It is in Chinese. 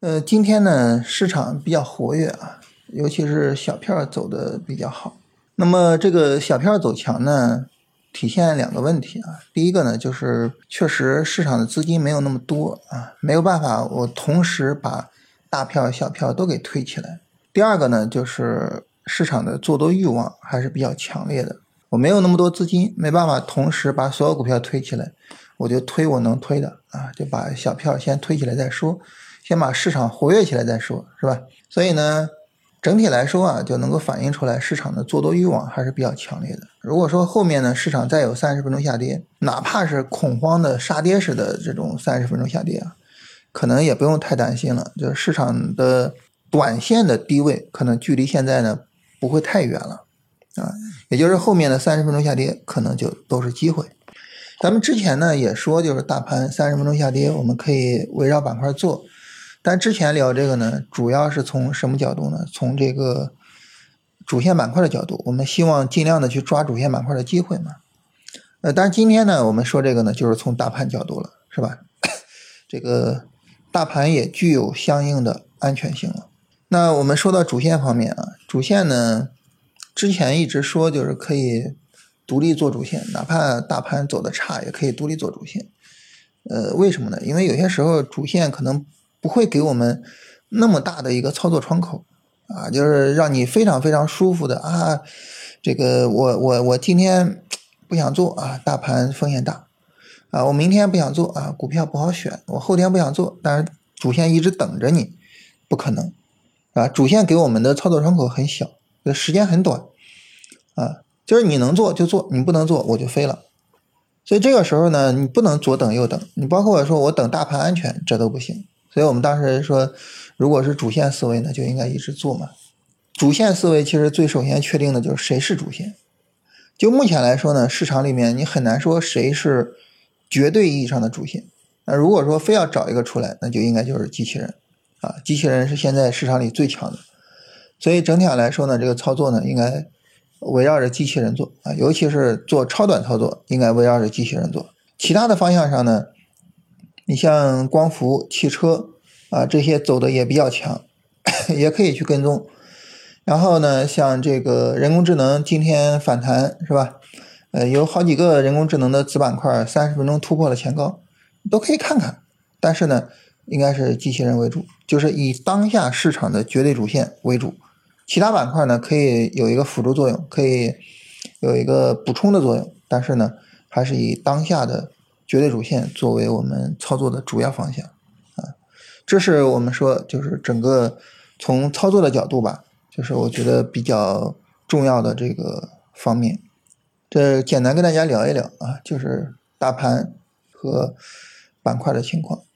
今天呢，市场比较活跃啊，尤其是小票走的比较好。那么这个小票走强呢，体现两个问题啊。第一个呢，就是确实市场的资金没有那么多啊，没有办法我同时把大票小票都给推起来。第二个呢，就是市场的做多欲望还是比较强烈的。我没有那么多资金，没办法同时把所有股票推起来，我就推我能推的啊，就把小票先推起来再说。先把市场活跃起来再说，是吧？所以呢，整体来说啊，就能够反映出来市场的做多欲望还是比较强烈的。如果说后面呢，市场再有30分钟下跌，哪怕是恐慌的杀跌式的这种30分钟下跌啊，可能也不用太担心了。就是市场的短线的低位可能距离现在呢不会太远了啊，也就是后面的30分钟下跌可能就都是机会。咱们之前呢也说，就是大盘30分钟下跌，我们可以围绕板块做。但之前聊这个呢，主要是从什么角度呢？从这个主线板块的角度，我们希望尽量的去抓主线板块的机会嘛。但是今天呢，我们说这个呢，就是从大盘角度了，是吧？这个大盘也具有相应的安全性了。那我们说到主线方面啊，主线呢，之前一直说就是可以独立做主线，哪怕大盘走得差，也可以独立做主线。为什么呢？因为有些时候主线可能不会给我们那么大的一个操作窗口啊，就是让你非常非常舒服的啊，这个我今天不想做啊，大盘风险大啊，我明天不想做啊，股票不好选，我后天不想做，但是主线一直等着你，不可能啊，主线给我们的操作窗口很小，时间很短啊，就是你能做就做，你不能做我就飞了。所以这个时候呢，你不能左等右等，你包括说我等大盘安全，这都不行。所以我们当时说，如果是主线思维呢，就应该一直做嘛。主线思维其实最首先确定的就是谁是主线。就目前来说呢，市场里面你很难说谁是绝对意义上的主线。那如果说非要找一个出来，那就应该就是机器人啊，机器人是现在市场里最强的。所以整体上来说呢，这个操作呢，应该围绕着机器人做啊，尤其是做超短操作，应该围绕着机器人做。其他的方向上呢，你像光伏、汽车啊这些走的也比较强，也可以去跟踪。然后呢，像这个人工智能今天反弹是吧？有好几个人工智能的子板块30分钟突破了前高，都可以看看。但是呢，应该是机器人为主，就是以当下市场的绝对主线为主。其他板块呢可以有一个辅助作用，可以有一个补充的作用，但是呢还是以当下的绝对主线作为我们操作的主要方向啊。这是我们说就是整个从操作的角度吧，就是我觉得比较重要的这个方面。这简单跟大家聊一聊啊，就是大盘和板块的情况。